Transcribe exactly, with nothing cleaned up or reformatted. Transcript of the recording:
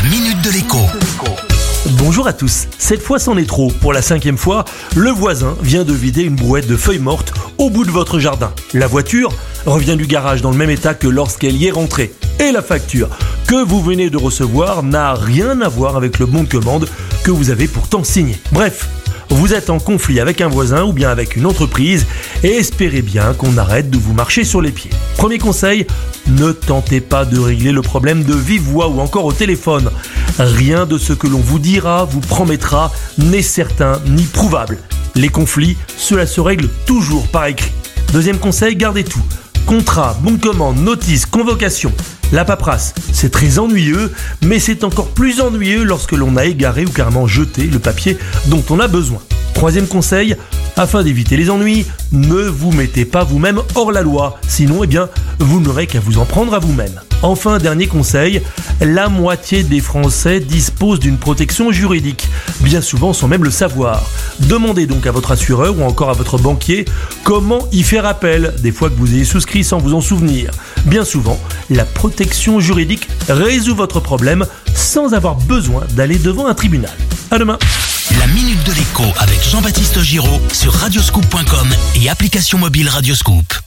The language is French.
minute de l'écho. Bonjour à tous, cette fois c'en est trop. Pour la cinquième fois, le voisin vient de vider une brouette de feuilles mortes au bout de votre jardin. La voiture revient du garage dans le même état que lorsqu'elle y est rentrée. Et la facture que vous venez de recevoir n'a rien à voir avec le bon de commande que vous avez pourtant signé. Bref, vous êtes en conflit avec un voisin ou bien avec une entreprise et espérez bien qu'on arrête de vous marcher sur les pieds. Premier conseil, ne tentez pas de régler le problème de vive voix ou encore au téléphone. Rien de ce que l'on vous dira, vous promettra n'est certain ni prouvable. Les conflits, cela se règle toujours par écrit. Deuxième conseil, gardez tout. Contrat, bon de commande, notice, convocation. La paperasse, c'est très ennuyeux, mais c'est encore plus ennuyeux lorsque l'on a égaré ou carrément jeté le papier dont on a besoin. Troisième conseil, afin d'éviter les ennuis, ne vous mettez pas vous-même hors la loi, sinon eh bien, vous n'aurez qu'à vous en prendre à vous-même. Enfin, dernier conseil, la moitié des Français disposent d'une protection juridique, bien souvent sans même le savoir. Demandez donc à votre assureur ou encore à votre banquier comment y faire appel, des fois que vous ayez souscrit sans vous en souvenir. Bien souvent, la protection juridique résout votre problème sans avoir besoin d'aller devant un tribunal. À demain. La minute de l'écho avec Jean-Baptiste Giraud sur radioscoop point com et application mobile Radioscoop.